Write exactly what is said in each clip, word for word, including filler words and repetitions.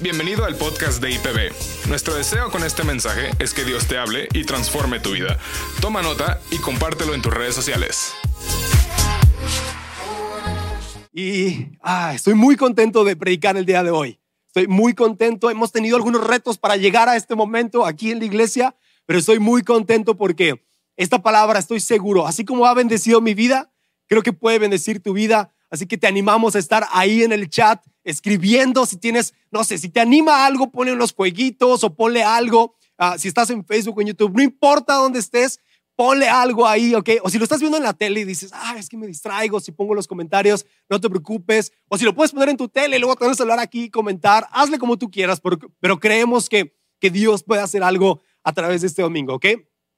Bienvenido al podcast de I P B. Nuestro deseo con este mensaje es que Dios te hable y transforme tu vida. Toma nota y compártelo en tus redes sociales. Y ah, estoy muy contento de predicar el día de hoy. Estoy muy contento. Hemos tenido algunos retos para llegar a este momento aquí en la iglesia, pero estoy muy contento porque esta palabra, estoy seguro, así como ha bendecido mi vida, creo que puede bendecir tu vida. Así que te animamos a estar ahí en el chat escribiendo. Si tienes, no sé, si te anima algo, ponle unos jueguitos o ponle algo. Uh, si estás en Facebook o en YouTube, no importa dónde estés, ponle algo ahí, ¿ok? O si lo estás viendo en la tele y dices, ah, es que me distraigo, si pongo los comentarios, no te preocupes. O si lo puedes poner en tu tele y luego te vas a hablar aquí y comentar, hazle como tú quieras, pero, pero creemos que, que Dios puede hacer algo a través de este domingo, ¿ok?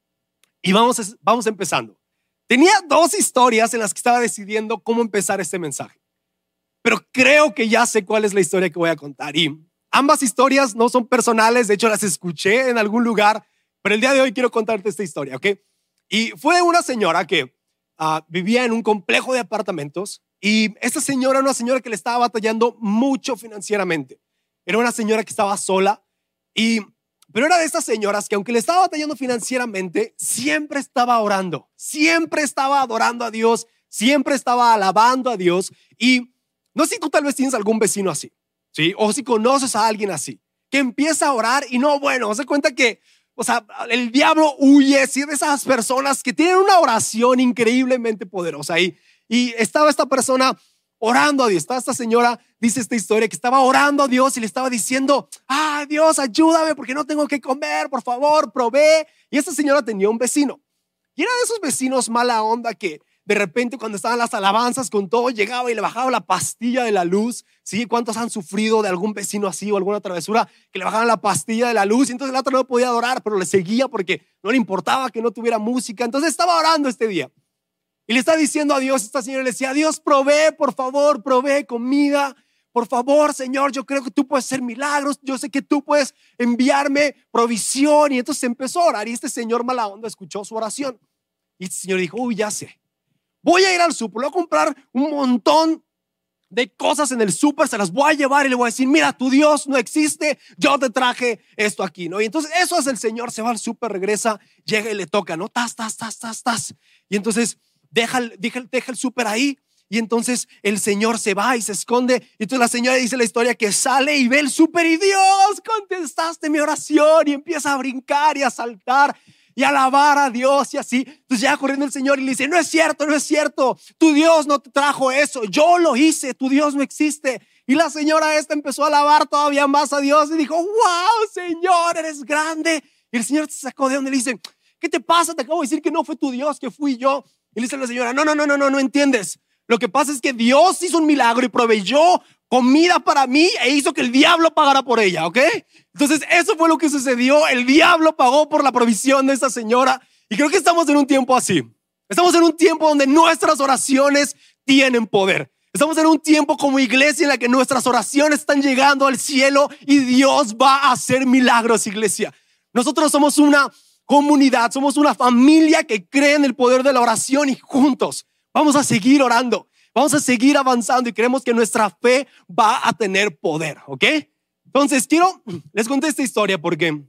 Y vamos, vamos empezando. Tenía dos historias en las que estaba decidiendo cómo empezar este mensaje, pero creo que ya sé cuál es la historia que voy a contar. Y ambas historias no son personales, de hecho las escuché en algún lugar, pero el día de hoy quiero contarte esta historia, ¿ok? Y fue de una señora que uh, vivía en un complejo de apartamentos, y esta señora era una señora que le estaba batallando mucho financieramente. Era una señora que estaba sola, y pero era de estas señoras que aunque le estaba batallando financieramente, siempre estaba orando, siempre estaba adorando a Dios, siempre estaba alabando a Dios. Y no sé si tú tal vez tienes algún vecino así, ¿sí? O si conoces a alguien así, que empieza a orar y no, bueno, se cuenta que, o sea, el diablo huye, ¿sí? De esas personas que tienen una oración increíblemente poderosa. Y, y estaba esta persona orando a Dios. Estaba esta señora, dice esta historia, que estaba orando a Dios y le estaba diciendo, ah, Dios, ayúdame porque no tengo que comer, por favor, provee. Y esta señora tenía un vecino. Y era de esos vecinos mala onda que de repente cuando estaban las alabanzas con todo, llegaba y le bajaba la pastilla de la luz. ¿Sí? ¿Cuántos han sufrido de algún vecino así o alguna travesura que le bajaban la pastilla de la luz y entonces el otro no podía adorar, pero le seguía porque no le importaba que no tuviera música? Entonces estaba orando este día. Y le está diciendo a Dios, esta señora le decía, Dios, provee, por favor, provee comida. Por favor, Señor, yo creo que tú puedes hacer milagros. Yo sé que tú puedes enviarme provisión. Y entonces empezó a orar y este señor mala onda escuchó su oración. Y este señor dijo, uy, ya sé. Voy a ir al súper, voy a comprar un montón de cosas en el súper, se las voy a llevar y le voy a decir, mira, tu Dios no existe, yo te traje esto aquí, ¿no? Y entonces eso hace el señor, se va al súper, regresa, llega y le toca, ¿no? Tas, tas, tas, tas, tas. Y entonces Deja, deja, deja el súper ahí y entonces el señor se va y se esconde. Y entonces la señora dice la historia que sale y ve el súper y Dios, contestaste mi oración, y empieza a brincar y a saltar y a alabar a Dios y así. Entonces ya corriendo el señor y le dice, no es cierto, no es cierto, tu Dios no te trajo eso, yo lo hice, tu Dios no existe. Y la señora esta empezó a alabar todavía más a Dios y dijo, wow, Señor, eres grande. Y el señor se sacó de donde le dice, ¿qué te pasa? Te acabo de decir que no fue tu Dios, que fui yo. Y le dice a la señora, no, no, no, no, no, no entiendes. Lo que pasa es que Dios hizo un milagro y proveyó comida para mí e hizo que el diablo pagara por ella, ¿ok? Entonces eso fue lo que sucedió. El diablo pagó por la provisión de esa señora. Y creo que estamos en un tiempo así. Estamos en un tiempo donde nuestras oraciones tienen poder. Estamos en un tiempo como iglesia en la que nuestras oraciones están llegando al cielo y Dios va a hacer milagros, iglesia. Nosotros somos una comunidad, somos una familia que cree en el poder de la oración y juntos vamos a seguir orando, vamos a seguir avanzando y creemos que nuestra fe va a tener poder, ¿ok? Entonces quiero, les conté esta historia porque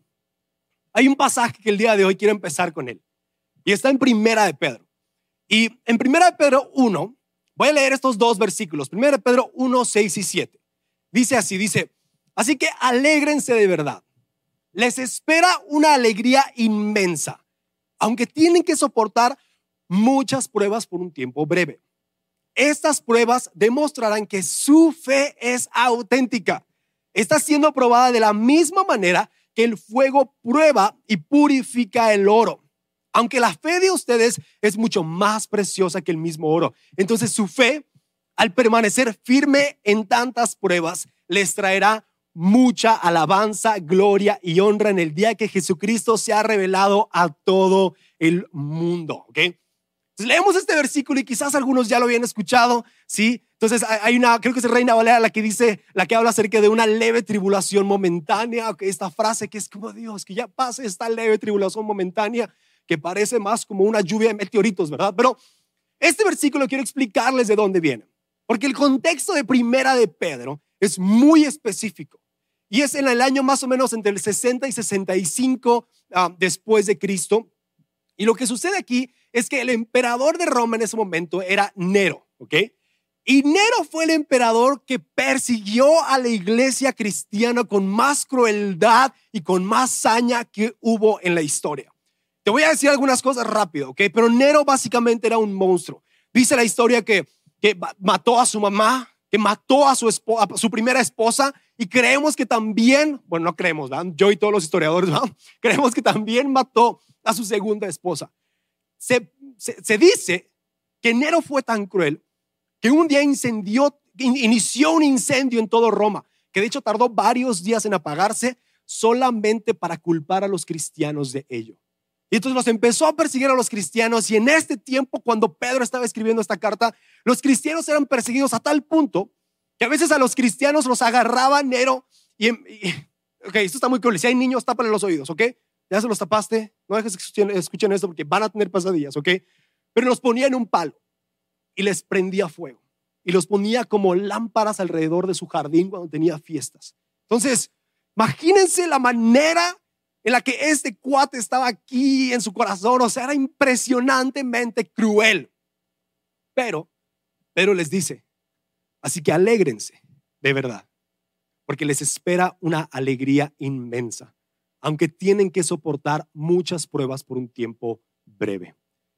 hay un pasaje que el día de hoy quiero empezar con él y está en Primera de Pedro. Y en Primera de Pedro uno, voy a leer estos dos versículos, Primera de Pedro uno, seis y siete. Dice así, dice, así que alégrense de verdad. Les espera una alegría inmensa, aunque tienen que soportar muchas pruebas por un tiempo breve. Estas pruebas demostrarán que su fe es auténtica. Está siendo probada de la misma manera que el fuego prueba y purifica el oro. Aunque la fe de ustedes es mucho más preciosa que el mismo oro. Entonces su fe, al permanecer firme en tantas pruebas, les traerá mucha alabanza, gloria y honra en el día que Jesucristo se ha revelado a todo el mundo, ¿ok? Entonces leemos este versículo y quizás algunos ya lo habían escuchado, ¿sí? Entonces hay una, creo que es Reina Valera la que dice, la que habla acerca de una leve tribulación momentánea, ¿ok? Esta frase que es como, Dios, que ya pase esta leve tribulación momentánea que parece más como una lluvia de meteoritos, ¿verdad? Pero este versículo quiero explicarles de dónde viene, porque el contexto de Primera de Pedro es muy específico. y es en el año más o menos entre el sesenta y sesenta y cinco uh, después de Cristo. Y lo que sucede aquí es que el emperador de Roma en ese momento era Nero, ¿ok? Y Nero fue el emperador que persiguió a la iglesia cristiana con más crueldad y con más saña que hubo en la historia. Te voy a decir algunas cosas rápido, ¿ok? Pero Nero básicamente era un monstruo. Dice la historia que, que mató a su mamá, que mató a su, esposa, a su primera esposa, y creemos que también, bueno, no creemos, ¿verdad? Yo y todos los historiadores, ¿verdad? Creemos que también mató a su segunda esposa. Se, se, se dice que Nero fue tan cruel que un día incendió, inició un incendio en todo Roma, que de hecho tardó varios días en apagarse solamente para culpar a los cristianos de ello. Y entonces los empezó a perseguir a los cristianos, y en este tiempo, cuando Pedro estaba escribiendo esta carta, los cristianos eran perseguidos a tal punto que a veces a los cristianos los agarraba Nero y, y ok, esto está muy cruel. Si hay niños, tápale los oídos, ok, ya se los tapaste, no dejes que escuchen, escuchen esto porque van a tener pesadillas, ok, pero los ponía en un palo y les prendía fuego y los ponía como lámparas alrededor de su jardín cuando tenía fiestas. Entonces, imagínense la manera en la que este cuate estaba aquí en su corazón. O sea, era impresionantemente cruel. Pero Pedro les dice, así que alégrense de verdad, porque les espera una alegría inmensa, aunque tienen que soportar muchas pruebas por un tiempo breve.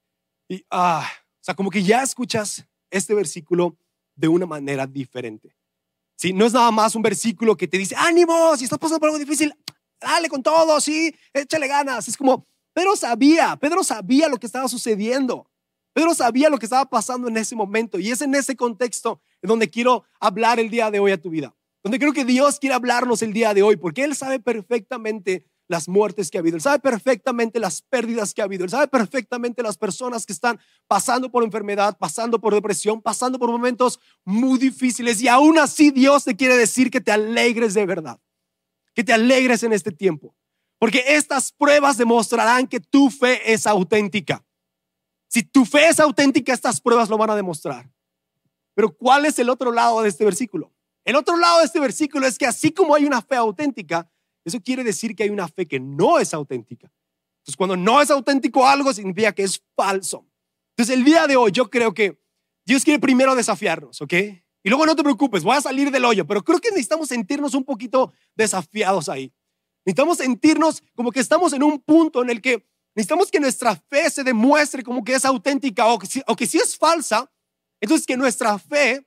Y ah, o sea, como que ya escuchas este versículo de una manera diferente. ¿Sí? No es nada más un versículo que te dice, ánimo, si estás pasando por algo difícil, dale con todo, sí, échale ganas. Es como, Pedro sabía, Pedro sabía lo que estaba sucediendo. Pedro sabía lo que estaba pasando en ese momento, y es en ese contexto en donde quiero hablar el día de hoy a tu vida, donde creo que Dios quiere hablarnos el día de hoy, porque Él sabe perfectamente las muertes que ha habido, Él sabe perfectamente las pérdidas que ha habido, Él sabe perfectamente las personas que están pasando por enfermedad, pasando por depresión, pasando por momentos muy difíciles, y aún así Dios te quiere decir que te alegres de verdad, que te alegres en este tiempo, porque estas pruebas demostrarán que tu fe es auténtica. Si tu fe es auténtica, estas pruebas lo van a demostrar. Pero ¿cuál es el otro lado de este versículo? El otro lado de este versículo es que así como hay una fe auténtica, eso quiere decir que hay una fe que no es auténtica. Entonces, cuando no es auténtico algo, significa que es falso. Entonces, el día de hoy yo creo que Dios quiere primero desafiarnos, ¿ok? Y luego no te preocupes, voy a salir del hoyo, pero creo que necesitamos sentirnos un poquito desafiados ahí. Necesitamos sentirnos como que estamos en un punto en el que necesitamos que nuestra fe se demuestre como que es auténtica, o que si, o que si es falsa, entonces que nuestra fe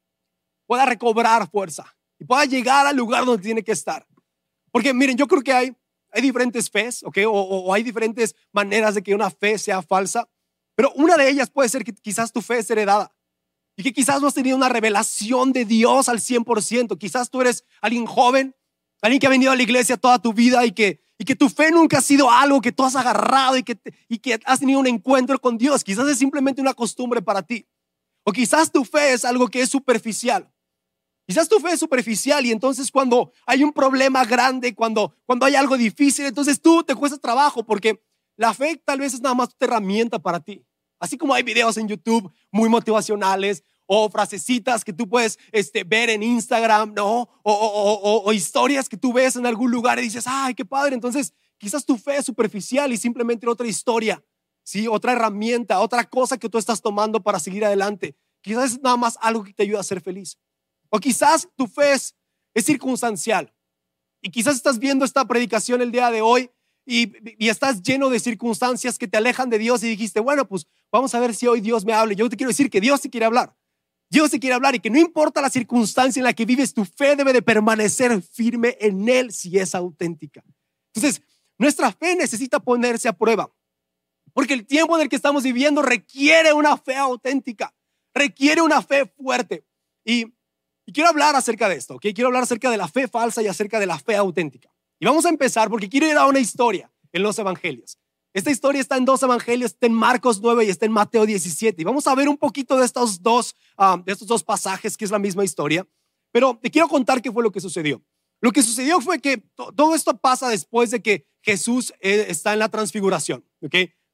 pueda recobrar fuerza y pueda llegar al lugar donde tiene que estar. Porque miren, yo creo que hay, hay diferentes fes, ¿ok? O, o, o hay diferentes maneras de que una fe sea falsa, pero una de ellas puede ser que quizás tu fe es heredada y que quizás no has tenido una revelación de Dios al cien por ciento. Quizás tú eres alguien joven, alguien que ha venido a la iglesia toda tu vida y que Y que tu fe nunca ha sido algo que tú has agarrado y que, te, y que has tenido un encuentro con Dios. Quizás es simplemente una costumbre para ti. O quizás tu fe es algo que es superficial. Quizás tu fe es superficial y entonces cuando hay un problema grande, cuando, cuando hay algo difícil, entonces tú te cuesta trabajo, porque la fe tal vez es nada más una herramienta para ti. Así como hay videos en YouTube muy motivacionales, o frasecitas que tú puedes este, ver en Instagram, ¿no? O, o, o, o historias que tú ves en algún lugar y dices, ay, qué padre. Entonces, quizás tu fe es superficial y simplemente otra historia, ¿sí? Otra herramienta, otra cosa que tú estás tomando para seguir adelante. Quizás es nada más algo que te ayuda a ser feliz. O quizás tu fe es, es circunstancial. Y quizás estás viendo esta predicación el día de hoy y, y estás lleno de circunstancias que te alejan de Dios y dijiste, bueno, pues vamos a ver si hoy Dios me habla. Yo te quiero decir que Dios te quiere hablar. Dios te quiere hablar, y que no importa la circunstancia en la que vives, tu fe debe de permanecer firme en Él si es auténtica. Entonces, nuestra fe necesita ponerse a prueba, porque el tiempo en el que estamos viviendo requiere una fe auténtica, requiere una fe fuerte. Y, y quiero hablar acerca de esto, ¿ok? Quiero hablar acerca de la fe falsa y acerca de la fe auténtica. Y vamos a empezar porque quiero ir a una historia en los evangelios. Esta historia está en dos evangelios, está en Marcos nueve y está en Mateo diecisiete. Y vamos a ver un poquito de estos dos, um, de estos dos pasajes, que es la misma historia. Pero te quiero contar qué fue lo que sucedió. Lo que sucedió fue que to- todo esto pasa después de que Jesús eh, está en la transfiguración, ¿ok?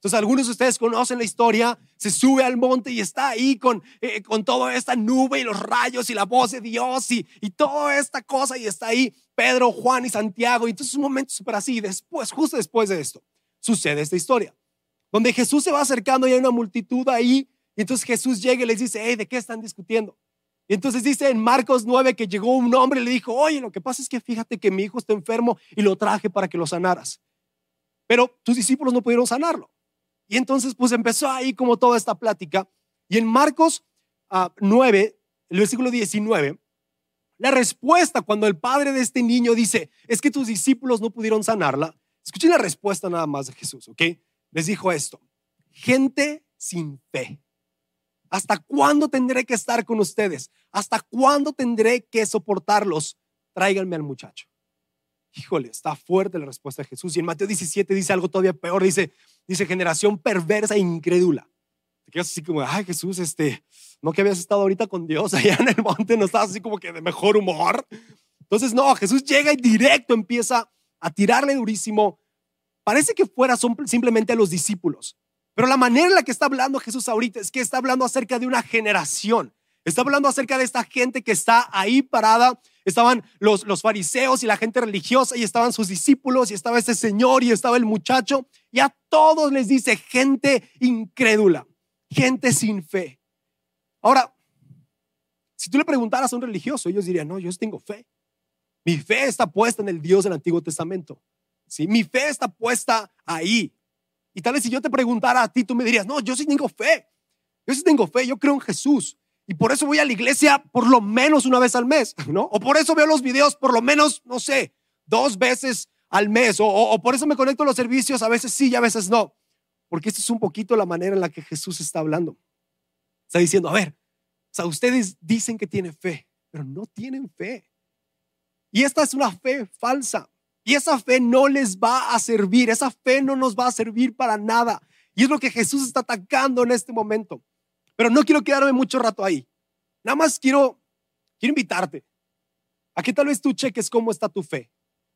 Entonces algunos de ustedes conocen la historia, se sube al monte y está ahí con, eh, con toda esta nube y los rayos y la voz de Dios y, y toda esta cosa, y está ahí Pedro, Juan y Santiago. Y entonces es un momento súper así. Después, justo después de esto, sucede esta historia, donde Jesús se va acercando y hay una multitud ahí. Y entonces Jesús llega y les dice, hey, ¿de qué están discutiendo? Y entonces dice en Marcos nueve que llegó un hombre y le dijo, oye, lo que pasa es que fíjate que mi hijo está enfermo y lo traje para que lo sanaras. Pero tus discípulos no pudieron sanarlo. Y entonces pues empezó ahí como toda esta plática. Y en Marcos uh, nueve, el versículo diecinueve, la respuesta cuando el padre de este niño dice, es que tus discípulos no pudieron sanarla. Escuchen la respuesta nada más de Jesús, ¿ok? Les dijo esto: gente sin fe. ¿Hasta cuándo tendré que estar con ustedes? ¿Hasta cuándo tendré que soportarlos? Tráiganme al muchacho. Híjole, está fuerte la respuesta de Jesús. Y en Mateo diecisiete dice algo todavía peor. Dice, dice generación perversa e incrédula. Te quedas así como, ay Jesús, este, no que habías estado ahorita con Dios allá en el monte, no estabas así como que de mejor humor. Entonces no, Jesús llega y directo empieza a tirarle durísimo. Parece que fuera simplemente a los discípulos. Pero la manera en la que está hablando Jesús ahorita es que está hablando acerca de una generación. Está hablando acerca de esta gente que está ahí parada. Estaban los, los fariseos y la gente religiosa, y estaban sus discípulos, y estaba este señor, y estaba el muchacho. Y a todos les dice gente incrédula, gente sin fe. Ahora, si tú le preguntaras a un religioso, ellos dirían, no, yo tengo fe. Mi fe está puesta en el Dios del Antiguo Testamento. ¿Sí? Mi fe está puesta ahí. Y tal vez si yo te preguntara a ti, tú me dirías, no, yo sí tengo fe. Yo sí tengo fe, yo creo en Jesús. Y por eso voy a la iglesia por lo menos una vez al mes, ¿no? O por eso veo los videos por lo menos, no sé, dos veces al mes. O, o, o por eso me conecto a los servicios, a veces sí y a veces no. Porque esto es un poquito la manera en la que Jesús está hablando. Está diciendo, a ver, o sea, ustedes dicen que tienen fe, pero no tienen fe. Y esta es una fe falsa. Y esa fe no les va a servir. Esa fe no nos va a servir para nada. Y es lo que Jesús está atacando en este momento. Pero no quiero quedarme mucho rato ahí. Nada más quiero, quiero invitarte a que tal vez tú cheques cómo está tu fe.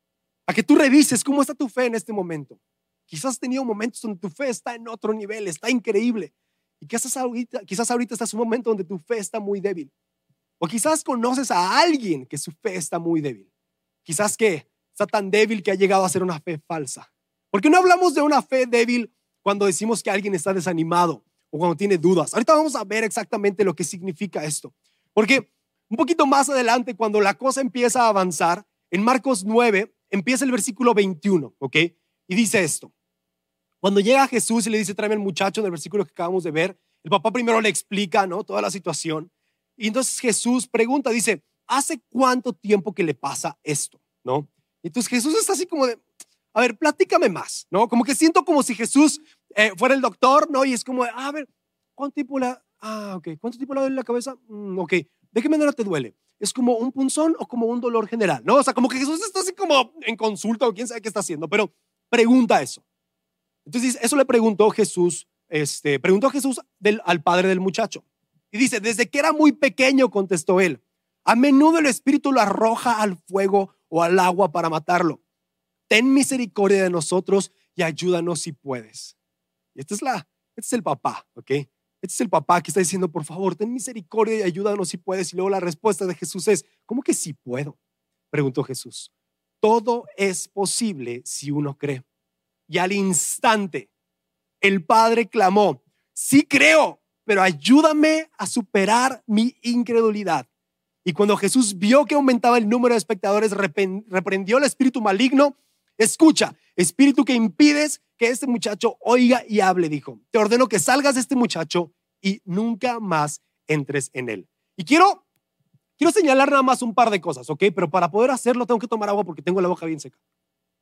A que tú revises cómo está tu fe en este momento. Quizás has tenido momentos donde tu fe está en otro nivel, está increíble. Y quizás ahorita, quizás ahorita estás en un momento donde tu fe está muy débil. O quizás conoces a alguien que su fe está muy débil. Quizás que está tan débil que ha llegado a ser una fe falsa. ¿Por qué no hablamos de una fe débil cuando decimos que alguien está desanimado o cuando tiene dudas? Ahorita vamos a ver exactamente lo que significa esto. Porque un poquito más adelante, cuando la cosa empieza a avanzar, en Marcos nueve empieza el versículo veintiuno, ¿ok? Y dice esto. Cuando llega Jesús y le dice, tráeme al muchacho, en el versículo que acabamos de ver, el papá primero le explica, ¿no?, toda la situación. Y entonces Jesús pregunta, dice, ¿hace cuánto tiempo que le pasa esto? ¿No? Entonces Jesús está así como de, a ver, platícame más, ¿no? Como que siento como si Jesús eh, fuera el doctor, ¿no? Y es como, a ver, ¿cuánto tiempo la, ah, ok, ¿cuánto tiempo le duele la cabeza? Mm, ok, ¿de qué manera te duele? ¿Es como un punzón o como un dolor general? ¿No? O sea, como que Jesús está así como en consulta o quién sabe qué está haciendo, pero pregunta eso. Entonces eso le preguntó Jesús, este, preguntó Jesús del, al padre del muchacho. Y dice, desde que era muy pequeño, contestó él, a menudo el espíritu lo arroja al fuego o al agua para matarlo. Ten misericordia de nosotros y ayúdanos si puedes. Y esta es la, este es el papá, ¿ok? Este es el papá que está diciendo, por favor, ten misericordia y ayúdanos si puedes. Y luego la respuesta de Jesús es, ¿cómo que si puedo? Preguntó Jesús. Todo es posible si uno cree. Y al instante, el padre clamó, sí creo, pero ayúdame a superar mi incredulidad. Y cuando Jesús vio que aumentaba el número de espectadores, reprendió al espíritu maligno. Escucha, espíritu que impides que este muchacho oiga y hable, dijo. Te ordeno que salgas de este muchacho y nunca más entres en él. Y quiero, quiero señalar nada más un par de cosas, ¿ok? Pero para poder hacerlo tengo que tomar agua porque tengo la boca bien seca.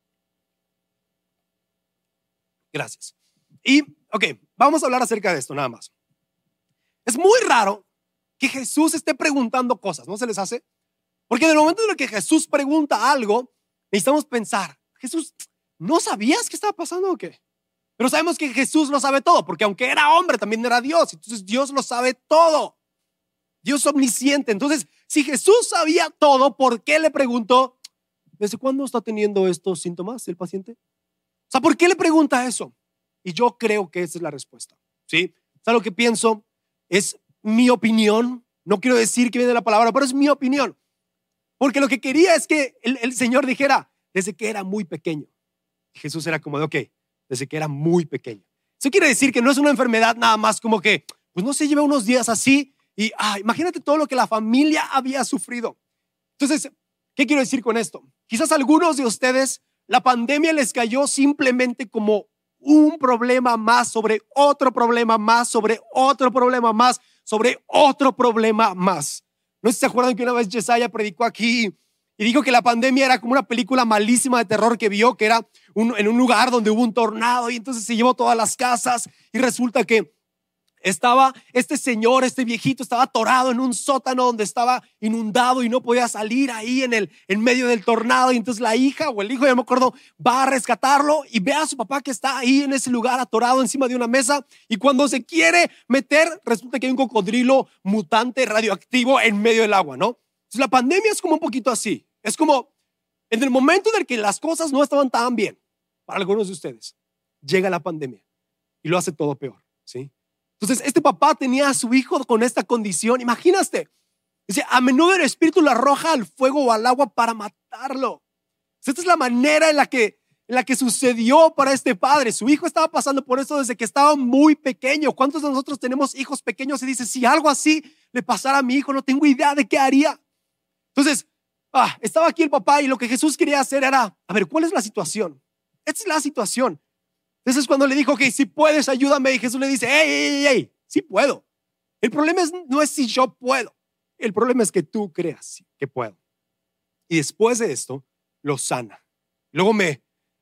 Gracias. Y, ok, vamos a hablar acerca de esto nada más. Es muy raro que Jesús esté preguntando cosas, ¿no se les hace? Porque en el momento en el que Jesús pregunta algo, necesitamos pensar, Jesús, ¿no sabías qué estaba pasando o qué? Pero sabemos que Jesús lo sabe todo, porque aunque era hombre, también era Dios. Entonces Dios lo sabe todo. Dios omnisciente. Entonces, si Jesús sabía todo, ¿por qué le preguntó, ¿desde cuándo está teniendo estos síntomas el paciente? O sea, ¿por qué le pregunta eso? Y yo creo que esa es la respuesta, ¿sí? ¿Sabes lo que pienso? Es mi opinión. No quiero decir que viene de la palabra, pero es mi opinión. Porque lo que quería es que el, el Señor dijera, desde que era muy pequeño. Jesús era como de, ok, desde que era muy pequeño. Eso quiere decir que no es una enfermedad nada más como que, pues no se lleva unos días así y ah, imagínate todo lo que la familia había sufrido. Entonces, ¿qué quiero decir con esto? Quizás a algunos de ustedes la pandemia les cayó simplemente como un problema más sobre otro problema más, sobre otro problema más, sobre otro problema más. No sé si se acuerdan que una vez Yesaya predicó aquí y dijo que la pandemia era como una película malísima de terror que vio, que era un, en un lugar donde hubo un tornado y entonces se llevó todas las casas y resulta que estaba este señor, este viejito, estaba atorado en un sótano donde estaba inundado y no podía salir ahí en, el, en medio del tornado. Y entonces la hija o el hijo, ya no me acuerdo, va a rescatarlo y ve a su papá que está ahí en ese lugar atorado encima de una mesa. Y cuando se quiere meter, resulta que hay un cocodrilo mutante radioactivo en medio del agua, ¿no? Entonces la pandemia es como un poquito así. Es como en el momento en el que las cosas no estaban tan bien para algunos de ustedes, llega la pandemia y lo hace todo peor, ¿sí? Entonces este papá tenía a su hijo con esta condición. Imagínate, dice, a menudo el espíritu lo arroja al fuego o al agua para matarlo. Esta es la manera en la que, en la que sucedió para este padre. Su hijo estaba pasando por eso desde que estaba muy pequeño. ¿Cuántos de nosotros tenemos hijos pequeños y dice, si algo así le pasara a mi hijo, no tengo idea de qué haría? Entonces, ah, estaba aquí el papá y lo que Jesús quería hacer era, a ver, ¿cuál es la situación? Esta es la situación. Entonces cuando le dijo, ok, si puedes, ayúdame. Y Jesús le dice, hey, hey, hey, sí puedo. El problema es, no es si yo puedo. El problema es que tú creas que puedo. Y después de esto, lo sana. Luego me,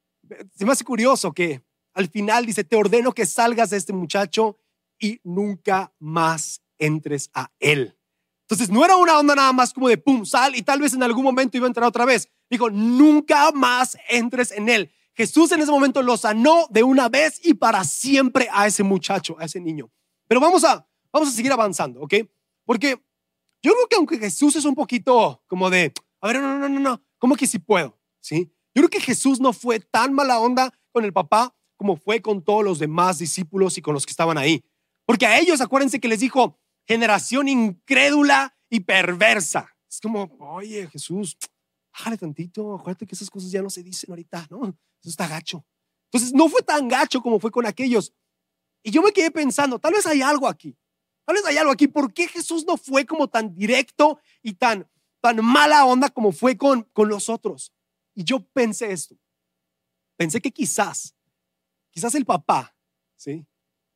se me hace curioso que al final dice, te ordeno que salgas de este muchacho y nunca más entres a él. Entonces no era una onda nada más como de pum, sal y tal vez en algún momento iba a entrar otra vez. Dijo, nunca más entres en él. Jesús en ese momento lo sanó de una vez y para siempre a ese muchacho, a ese niño. Pero vamos a, vamos a seguir avanzando, ¿ok? Porque yo creo que aunque Jesús es un poquito como de, a ver, no, no, no, no, ¿cómo que sí puedo? ¿Sí? Yo creo que Jesús no fue tan mala onda con el papá como fue con todos los demás discípulos y con los que estaban ahí. Porque a ellos, acuérdense que les dijo, generación incrédula y perversa. Es como, oye, Jesús, bájale tantito, acuérdate que esas cosas ya no se dicen ahorita, ¿no? Eso está gacho. Entonces no fue tan gacho como fue con aquellos. Y yo me quedé pensando, tal vez hay algo aquí. Tal vez hay algo aquí. ¿Por qué Jesús no fue como tan directo y tan, tan mala onda como fue con, con los otros? Y yo pensé esto. Pensé que quizás, quizás el papá, ¿sí?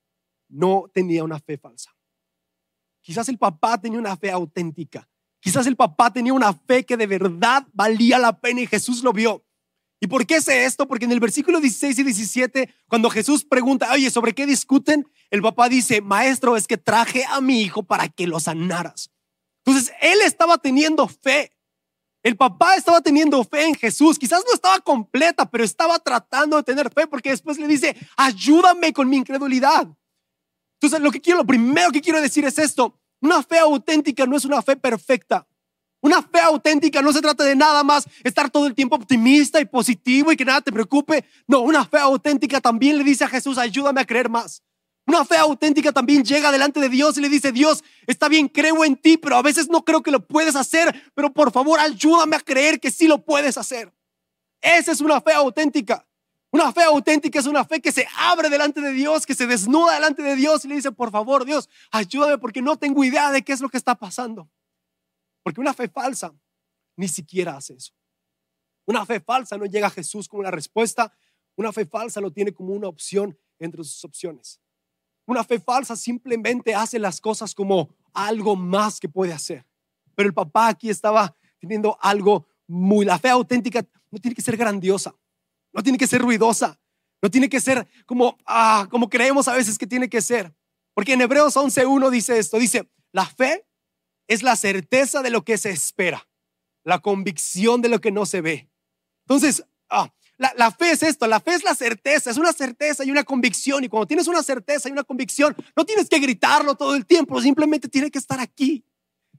No tenía una fe falsa. Quizás el papá tenía una fe auténtica. Quizás el papá tenía una fe que de verdad valía la pena y Jesús lo vio. ¿Y por qué sé esto? Porque en el versículo dieciséis y diecisiete, cuando Jesús pregunta, oye, ¿sobre qué discuten? El papá dice, maestro, es que traje a mi hijo para que lo sanaras. Entonces, él estaba teniendo fe. El papá estaba teniendo fe en Jesús. Quizás no estaba completa, pero estaba tratando de tener fe porque después le dice, ayúdame con mi incredulidad. Entonces, lo que quiero, lo primero que quiero decir es esto. Una fe auténtica no es una fe perfecta. Una fe auténtica no se trata de nada más estar todo el tiempo optimista y positivo y que nada te preocupe. No, una fe auténtica también le dice a Jesús, ayúdame a creer más. Una fe auténtica también llega delante de Dios y le dice, Dios, está bien, creo en ti, pero a veces no creo que lo puedes hacer, pero por favor ayúdame a creer que sí lo puedes hacer. Esa es una fe auténtica. Una fe auténtica es una fe que se abre delante de Dios, que se desnuda delante de Dios y le dice, por favor, Dios, ayúdame porque no tengo idea de qué es lo que está pasando. Porque una fe falsa ni siquiera hace eso. Una fe falsa no llega a Jesús como una respuesta. Una fe falsa lo tiene como una opción entre sus opciones. Una fe falsa simplemente hace las cosas como algo más que puede hacer. Pero el papá aquí estaba teniendo algo muy... La fe auténtica no tiene que ser grandiosa. No tiene que ser ruidosa. No tiene que ser como, ah, como creemos a veces que tiene que ser. Porque en Hebreos once uno dice esto. Dice, la fe es la certeza de lo que se espera, la convicción de lo que no se ve. Entonces, ah, la, la fe es esto, la fe es la certeza, es una certeza y una convicción. Y cuando tienes una certeza y una convicción, no tienes que gritarlo todo el tiempo, simplemente tiene que estar aquí.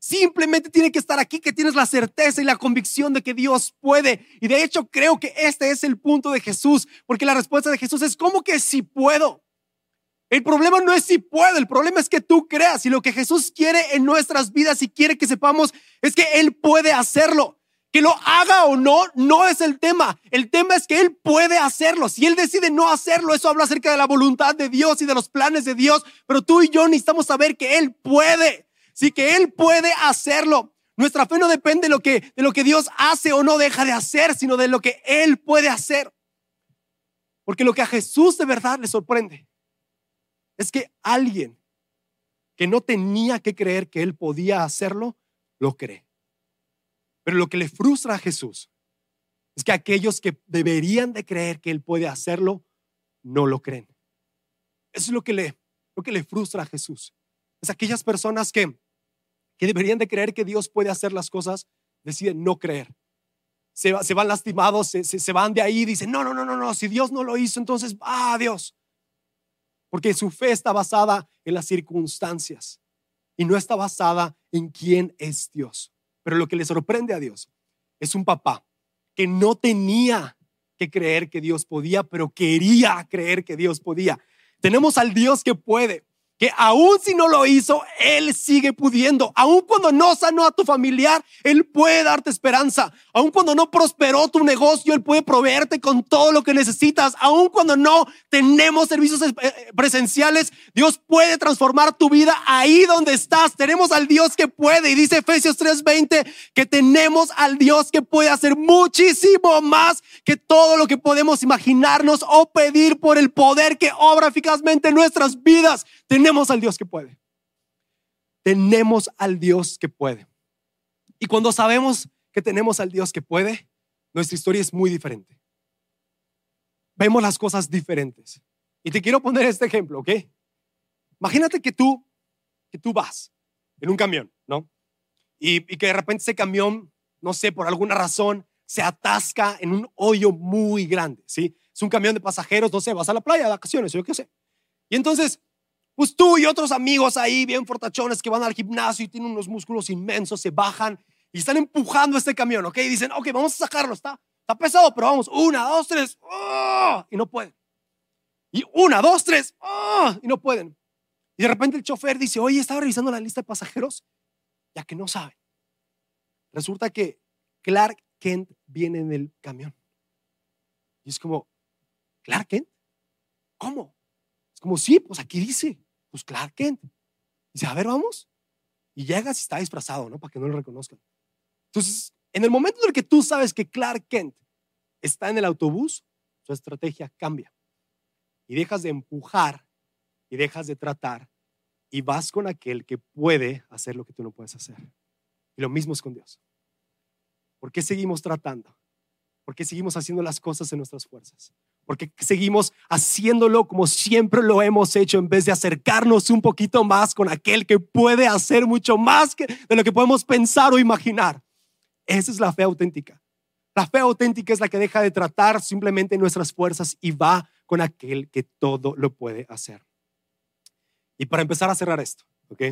Simplemente tiene que estar aquí, que tienes la certeza y la convicción de que Dios puede. Y de hecho creo que este es el punto de Jesús, porque la respuesta de Jesús es ¿cómo que sí puedo? El problema no es si puedo, el problema es que tú creas. Y lo que Jesús quiere en nuestras vidas y quiere que sepamos es que Él puede hacerlo. Que lo haga o no, no es el tema. El tema es que Él puede hacerlo. Si Él decide no hacerlo, eso habla acerca de la voluntad de Dios y de los planes de Dios. Pero tú y yo necesitamos saber que Él puede. Sí, que Él puede hacerlo. Nuestra fe no depende de lo que, de lo que Dios hace o no deja de hacer, sino de lo que Él puede hacer. Porque lo que a Jesús de verdad le sorprende es que alguien que no tenía que creer que Él podía hacerlo, lo cree. Pero lo que le frustra a Jesús es que aquellos que deberían de creer que Él puede hacerlo, no lo creen. Eso es lo que le, lo que le frustra a Jesús. Es aquellas personas que, que deberían de creer que Dios puede hacer las cosas, deciden no creer. Se, se van lastimados, se, se, se van de ahí y dicen, no, no, no, no, no, si Dios no lo hizo, entonces, ah, Dios. Porque su fe está basada en las circunstancias y no está basada en quién es Dios. Pero lo que le sorprende a Dios es un papá que no tenía que creer que Dios podía, pero quería creer que Dios podía. Tenemos al Dios que puede, que aún si no lo hizo, Él sigue pudiendo. Aún cuando no sanó a tu familiar, Él puede darte esperanza. Aún cuando no prosperó tu negocio, Él puede proveerte con todo lo que necesitas. Aún cuando no tenemos servicios presenciales, Dios puede transformar tu vida ahí donde estás. Tenemos al Dios que puede. Y dice Efesios tres veinte que tenemos al Dios que puede hacer muchísimo más que todo lo que podemos imaginarnos o pedir por el poder que obra eficazmente en nuestras vidas. Tenemos al Dios que puede. Tenemos al Dios que puede. Y cuando sabemos que tenemos al Dios que puede, nuestra historia es muy diferente. Vemos las cosas diferentes. Y te quiero poner este ejemplo, ¿ok? Imagínate que tú, que tú vas en un camión, ¿no? Y, y que de repente ese camión, no sé, por alguna razón, se atasca en un hoyo muy grande, ¿sí? Es un camión de pasajeros, no sé, vas a la playa de vacaciones, yo qué sé. Y entonces, pues tú y otros amigos ahí bien fortachones que van al gimnasio y tienen unos músculos inmensos, se bajan y están empujando este camión, ¿ok? Y dicen, ok, vamos a sacarlo, está, está pesado, pero vamos, una, dos, tres, ¡oh! Y no pueden. Y una, dos, tres, ¡oh! Y no pueden. Y de repente el chofer dice, oye, estaba revisando la lista de pasajeros, ya que no saben. Resulta que Clark Kent viene en el camión. Y es como, ¿Clark Kent? ¿Cómo? Es como, sí, pues aquí dice, pues Clark Kent. Dice, a ver, vamos. Y llegas y está disfrazado, ¿no? Para que no lo reconozcan. Entonces, en el momento en el que tú sabes que Clark Kent está en el autobús, su estrategia cambia. Y dejas de empujar y dejas de tratar y vas con aquel que puede hacer lo que tú no puedes hacer. Y lo mismo es con Dios. ¿Por qué seguimos tratando? ¿Por qué seguimos haciendo las cosas en nuestras fuerzas? ¿Por qué seguimos haciéndolo como siempre lo hemos hecho en vez de acercarnos un poquito más con aquel que puede hacer mucho más que de lo que podemos pensar o imaginar? Esa es la fe auténtica. La fe auténtica es la que deja de tratar simplemente nuestras fuerzas y va con aquel que todo lo puede hacer. Y para empezar a cerrar esto, ¿ok?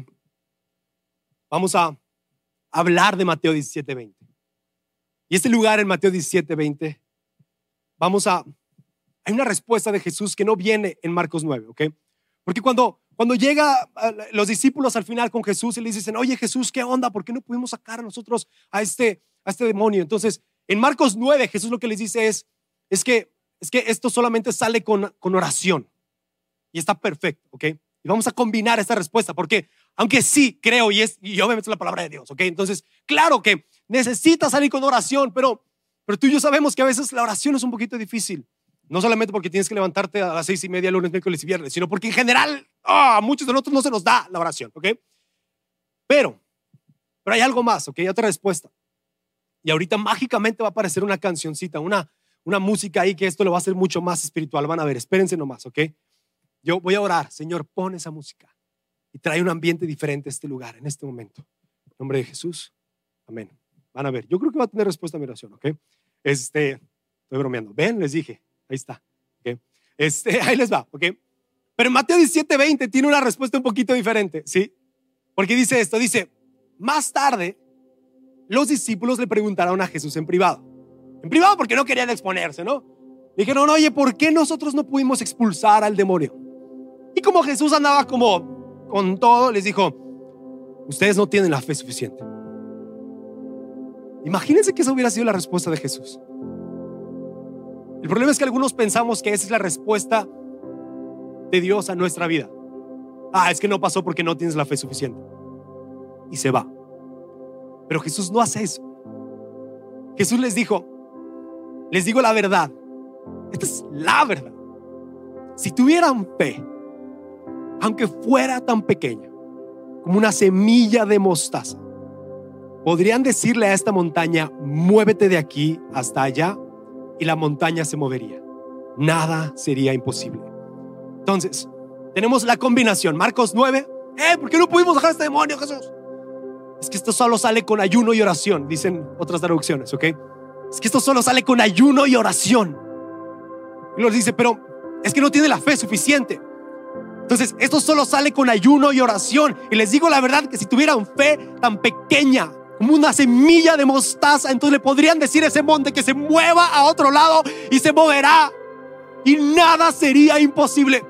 Vamos a hablar de Mateo diecisiete veinte. Y este lugar en Mateo diecisiete veinte, vamos a, hay una respuesta de Jesús que no viene en Marcos nueve, ¿ok? Porque cuando, cuando llega los discípulos al final con Jesús y les dicen, oye Jesús, ¿qué onda? ¿Por qué no pudimos sacar a nosotros a este, a este demonio? Entonces, en Marcos nueve, Jesús lo que les dice es, es que, es que esto solamente sale con, con oración. Y está perfecto, ¿ok? Y vamos a combinar esta respuesta porque, aunque sí creo y, es, y obviamente es la palabra de Dios, ¿ok? Entonces, claro que necesitas salir con oración, pero, pero tú y yo sabemos que a veces la oración es un poquito difícil. No solamente porque tienes que levantarte a las seis y media, lunes, miércoles y viernes, sino porque en general oh, a muchos de nosotros no se nos da la oración, ¿ok? Pero, pero hay algo más, ¿ok? Hay otra respuesta. Y ahorita mágicamente va a aparecer una cancioncita, una, una música ahí que esto lo va a hacer mucho más espiritual. Van a ver, espérense nomás, ¿ok? Yo voy a orar, Señor, pon esa música y trae un ambiente diferente a este lugar en este momento. En nombre de Jesús, amén. Van a ver, yo creo que va a tener respuesta a mi oración, ¿ok? Este, estoy bromeando. Ven, les dije, ahí está, ¿ok? Este, ahí les va, ¿ok? Pero en Mateo diecisiete veinte tiene una respuesta un poquito diferente, ¿sí? Porque dice esto, dice, Más tarde, los discípulos le preguntaron a Jesús en privado. En privado porque no querían exponerse, ¿no? Le dijeron, oye, ¿por qué nosotros no pudimos expulsar al demonio? Y como Jesús andaba como con todo, les dijo, ustedes no tienen la fe suficiente. Imagínense que esa hubiera sido la respuesta de Jesús. El problema es que algunos pensamos que esa es la respuesta de Dios a nuestra vida. Ah, es que no pasó porque no tienes la fe suficiente. Y se va. Pero Jesús no hace eso. Jesús les dijo, les digo la verdad. Esta es la verdad. Si tuvieran fe, aunque fuera tan pequeña como una semilla de mostaza, podrían decirle a esta montaña, muévete de aquí hasta allá, y la montaña se movería. Nada sería imposible. Entonces, tenemos la combinación. Marcos nueve. Eh, ¿por qué no pudimos dejar a este demonio, Jesús? Es que esto solo sale con ayuno y oración, dicen otras traducciones, ¿ok? Es que esto solo sale con ayuno y oración. Y nos dice, pero es que no tiene la fe suficiente. Entonces, esto solo sale con ayuno y oración. Y les digo la verdad que si tuvieran fe tan pequeña como una semilla de mostaza, entonces le podrían decir a ese monte que se mueva a otro lado y se moverá. Y nada sería imposible.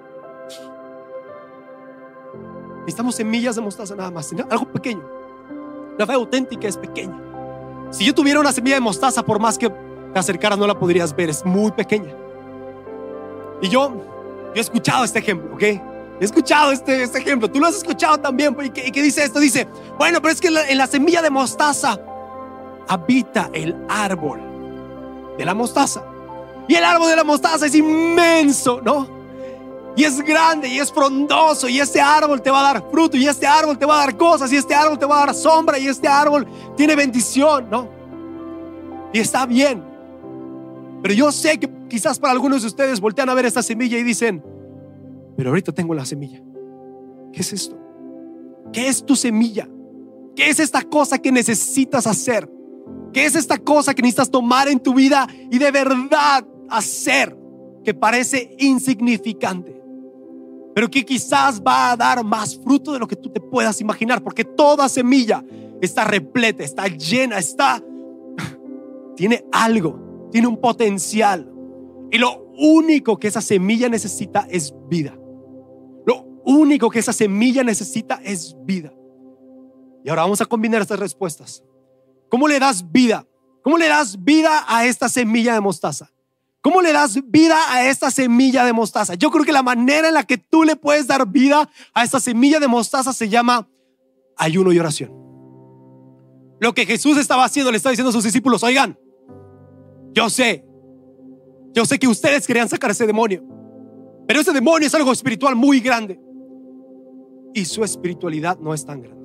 Necesitamos semillas de mostaza nada más, algo pequeño. La fe auténtica es pequeña. Si yo tuviera una semilla de mostaza, por más que te acercaras no la podrías ver, es muy pequeña. Y yo, yo he escuchado este ejemplo, ¿ok? He escuchado este, este ejemplo. Tú lo has escuchado también. ¿Y qué, y qué dice esto? Dice, bueno, pero es que en la, en la semilla de mostaza habita el árbol de la mostaza. Y el árbol de la mostaza es inmenso, ¿no? Y es grande y es frondoso. Y este árbol te va a dar fruto. Y este árbol te va a dar cosas. Y este árbol te va a dar sombra. Y este árbol tiene bendición, ¿no? Y está bien. Pero yo sé que quizás para algunos de ustedes voltean a ver esta semilla y dicen, pero ahorita tengo la semilla. ¿Qué es esto? ¿Qué es tu semilla? ¿Qué es esta cosa que necesitas hacer? ¿Qué es esta cosa que necesitas tomar en tu vida y de verdad hacer, que parece insignificante, pero que quizás va a dar más fruto de lo que tú te puedas imaginar? Porque toda semilla está repleta, está llena, está tiene algo, tiene un potencial. Y lo único que esa semilla necesita es vida. Lo único que esa semilla necesita es vida. Y ahora vamos a combinar estas respuestas. ¿Cómo le das vida? ¿Cómo le das vida a esta semilla de mostaza? ¿Cómo le das vida a esta semilla de mostaza? Yo creo que la manera en la que tú le puedes dar vida a esta semilla de mostaza se llama ayuno y oración. Lo que Jesús estaba haciendo, le estaba diciendo a sus discípulos, oigan, yo sé, yo sé que ustedes querían sacar ese demonio, pero ese demonio es algo espiritual muy grande y su espiritualidad no es tan grande.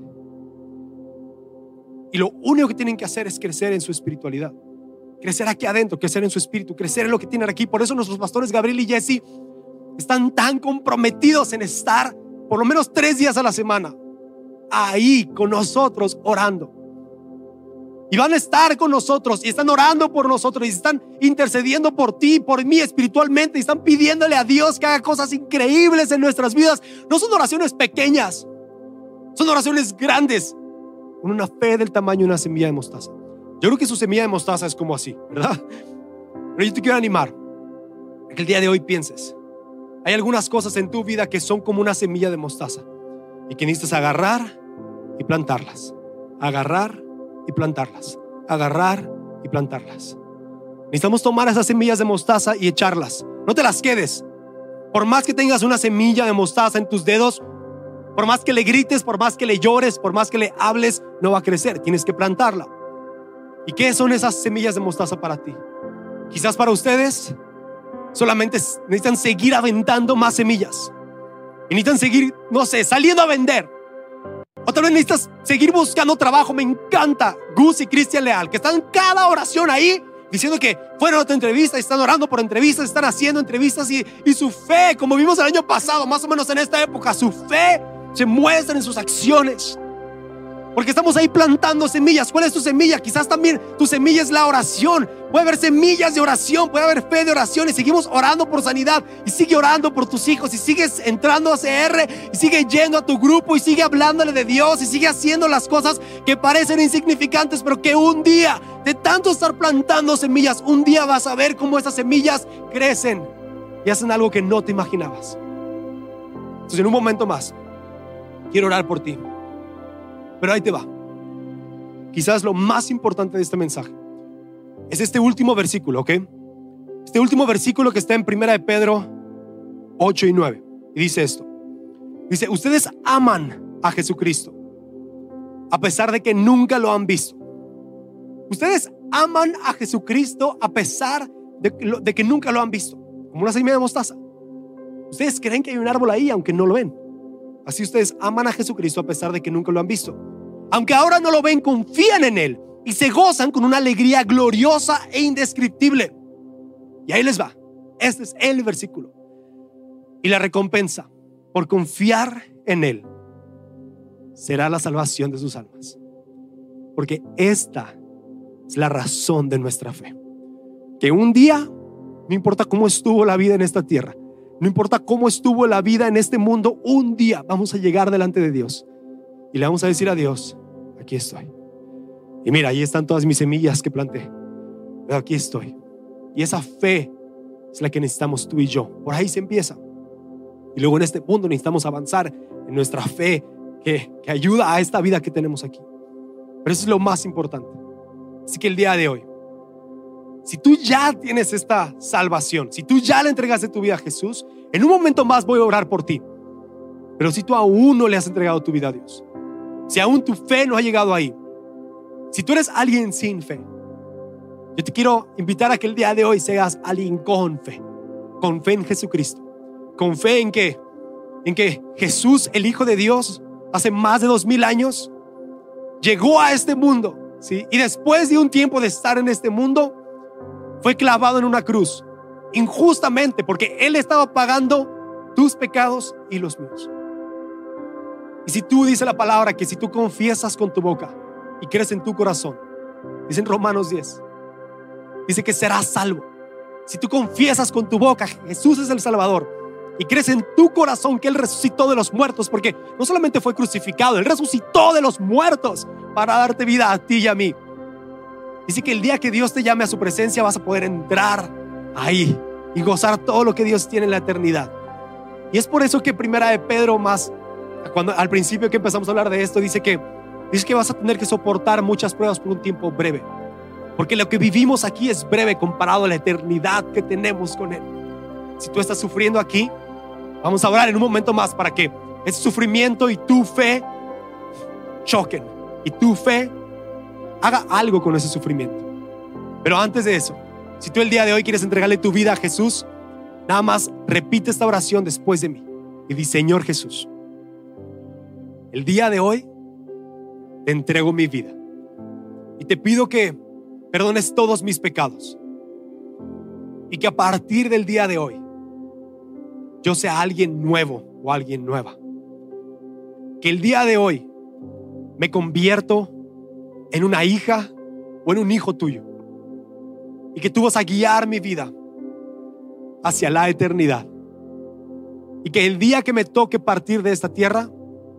Y lo único que tienen que hacer es crecer en su espiritualidad, crecer aquí adentro, crecer en su espíritu, crecer en lo que tienen aquí. Por eso nuestros pastores Gabriel y Jesse están tan comprometidos en estar por lo menos tres días a la semana ahí con nosotros orando. Y van a estar con nosotros y están orando por nosotros y están intercediendo por ti, por mí espiritualmente, y están pidiéndole a Dios que haga cosas increíbles en nuestras vidas. No son oraciones pequeñas, son oraciones grandes, con una fe del tamaño de una semilla de mostaza. Yo creo que su semilla de mostaza es como así, ¿verdad? Pero yo te quiero animar a que el día de hoy pienses, hay algunas cosas en tu vida que son como una semilla de mostaza y que necesitas agarrar y plantarlas, agarrar y plantarlas, agarrar y plantarlas. Necesitamos tomar esas semillas de mostaza y echarlas. No te las quedes. Por más que tengas una semilla de mostaza en tus dedos, por más que le grites, por más que le llores, por más que le hables, no va a crecer. Tienes que plantarla. ¿Y qué son esas semillas de mostaza para ti? Quizás para ustedes solamente necesitan seguir aventando más semillas y necesitan seguir, no sé, saliendo a vender. O tal vez necesitas seguir buscando trabajo. Me encanta Gus y Cristian Leal, que están cada oración ahí diciendo que fueron a otra entrevista y están orando por entrevistas, están haciendo entrevistas, y, y su fe, como vimos el año pasado, más o menos en esta época, su fe se muestra en sus acciones. Porque estamos ahí plantando semillas. ¿Cuál es tu semilla? Quizás también tu semilla es la oración. Puede haber semillas de oración, puede haber fe de oración. Y seguimos orando por sanidad. Y sigue orando por tus hijos. Y sigues entrando a C R. Y sigue yendo a tu grupo. Y sigue hablándole de Dios. Y sigue haciendo las cosas que parecen insignificantes, pero que un día, de tanto estar plantando semillas, un día vas a ver cómo esas semillas crecen y hacen algo que no te imaginabas. Entonces, en un momento más, quiero orar por ti. Pero ahí te va. Quizás lo más importante de este mensaje es este último versículo, ¿ok? Este último versículo que está en primera de Pedro ocho y nueve. Y dice esto. Dice, ustedes aman a Jesucristo a pesar de que nunca lo han visto. Ustedes aman a Jesucristo a pesar de, de que nunca lo han visto. Como una semilla de mostaza. Ustedes creen que hay un árbol ahí aunque no lo ven. Así ustedes aman a Jesucristo a pesar de que nunca lo han visto. Aunque ahora no lo ven, confían en Él y se gozan con una alegría gloriosa e indescriptible. Y ahí les va. Este es el versículo. Y la recompensa por confiar en Él será la salvación de sus almas. Porque esta es la razón de nuestra fe. Que un día, no importa cómo estuvo la vida en esta tierra, no importa cómo estuvo la vida en este mundo, un día vamos a llegar delante de Dios y le vamos a decir a Dios, aquí estoy. Y mira, ahí están todas mis semillas que planté, pero aquí estoy. Y esa fe es la que necesitamos tú y yo. Por ahí se empieza. Y luego en este mundo necesitamos avanzar en nuestra fe que, que ayuda a esta vida que tenemos aquí. Pero eso es lo más importante. Así que el día de hoy, si tú ya tienes esta salvación, si tú ya le entregaste tu vida a Jesús, en un momento más voy a orar por ti. Pero si tú aún no le has entregado tu vida a Dios, si aún tu fe no ha llegado ahí, si tú eres alguien sin fe, yo te quiero invitar a que el día de hoy seas alguien con fe, con fe en Jesucristo, con fe en que, en que Jesús, el Hijo de Dios, hace más de dos mil años, llegó a este mundo, ¿sí? Y después de un tiempo de estar en este mundo, fue clavado en una cruz injustamente porque Él estaba pagando tus pecados y los míos. Y si tú, dice la palabra, que si tú confiesas con tu boca y crees en tu corazón, dice en Romanos diez, dice que serás salvo. Si tú confiesas con tu boca Jesús es el Salvador y crees en tu corazón que Él resucitó de los muertos, porque no solamente fue crucificado, Él resucitó de los muertos para darte vida a ti y a mí. Dice que el día que Dios te llame a su presencia vas a poder entrar ahí y gozar todo lo que Dios tiene en la eternidad. Y es por eso que primera de Pedro, más cuando al principio que empezamos a hablar de esto, dice que, dice que vas a tener que soportar muchas pruebas por un tiempo breve, porque lo que vivimos aquí es breve comparado a la eternidad que tenemos con Él. Si tú estás sufriendo aquí, vamos a orar en un momento más para que ese sufrimiento y tu fe choquen y tu fe haga algo con ese sufrimiento. Pero antes de eso, si tú el día de hoy quieres entregarle tu vida a Jesús, nada más repite esta oración después de mí y di: Señor Jesús, el día de hoy te entrego mi vida y te pido que perdones todos mis pecados y que a partir del día de hoy yo sea alguien nuevo o alguien nueva. Que el día de hoy me convierto en una hija o en un hijo tuyo y que tú vas a guiar mi vida hacia la eternidad, y que el día que me toque partir de esta tierra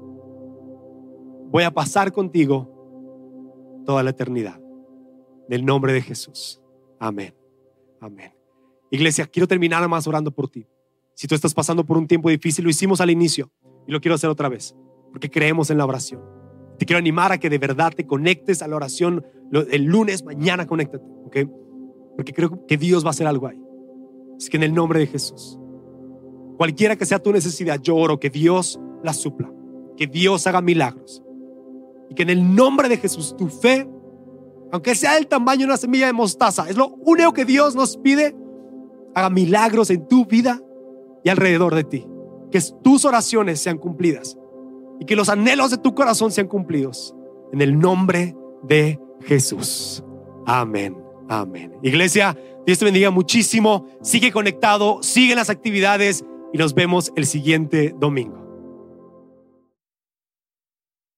voy a pasar contigo toda la eternidad. En el nombre de Jesús, amén, amén. Iglesia, quiero terminar más orando por ti. Si tú estás pasando por un tiempo difícil, lo hicimos al inicio y lo quiero hacer otra vez porque creemos en la oración. Te quiero animar a que de verdad te conectes a la oración el lunes, mañana conéctate, ¿ok? Porque creo que Dios va a hacer algo ahí. Es que en el nombre de Jesús, cualquiera que sea tu necesidad, yo oro que Dios la supla, que Dios haga milagros y que en el nombre de Jesús tu fe, aunque sea el tamaño de una semilla de mostaza, es lo único que Dios nos pide, haga milagros en tu vida y alrededor de ti. Que tus oraciones sean cumplidas y que los anhelos de tu corazón sean cumplidos en el nombre de Jesús. Amén, amén. Iglesia, Dios te bendiga muchísimo. Sigue conectado, sigue en las actividades y nos vemos el siguiente domingo.